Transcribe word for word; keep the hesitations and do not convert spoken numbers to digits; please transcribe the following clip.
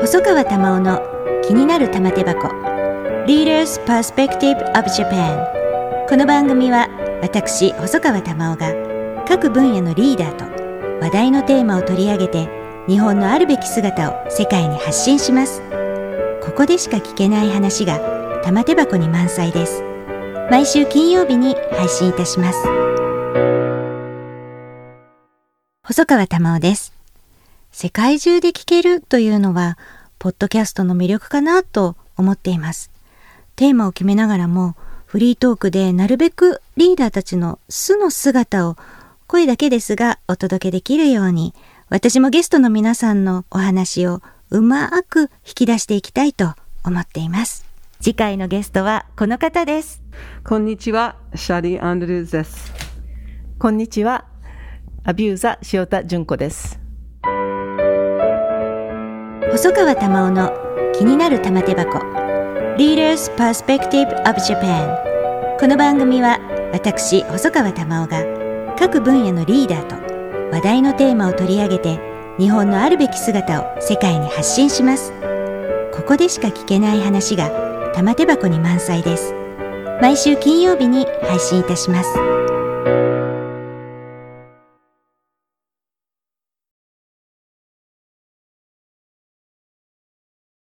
細川珠緒の気になる玉手箱 Leaders Perspective of Japan。 この番組は私細川珠緒が各分野のリーダーと話題のテーマを取り上げて日本のあるべき姿を世界に発信します。ここでしか聞けない話が玉手箱に満載です。毎週金曜日に配信いたします。細川珠緒です。世界中で聞けるというのはポッドキャストの魅力かなと思っています。テーマを決めながらもフリートークでなるべくリーダーたちの素の姿を声だけですがお届けできるように、私もゲストの皆さんのお話をうまく引き出していきたいと思っています。次回のゲストはこの方です。 こんにちは、シャリー・アンドルーズです。 こんにちは、アビューザー塩田純子です。 細川珠緒の気になる玉手箱 Leaders Perspective of Japan。 この番組は私細川珠緒が各分野のリーダーと話題のテーマを取り上げて日本のあるべき姿を世界に発信します。ここでしか聞けない話が玉手箱に満載です。毎週金曜日に配信いたします。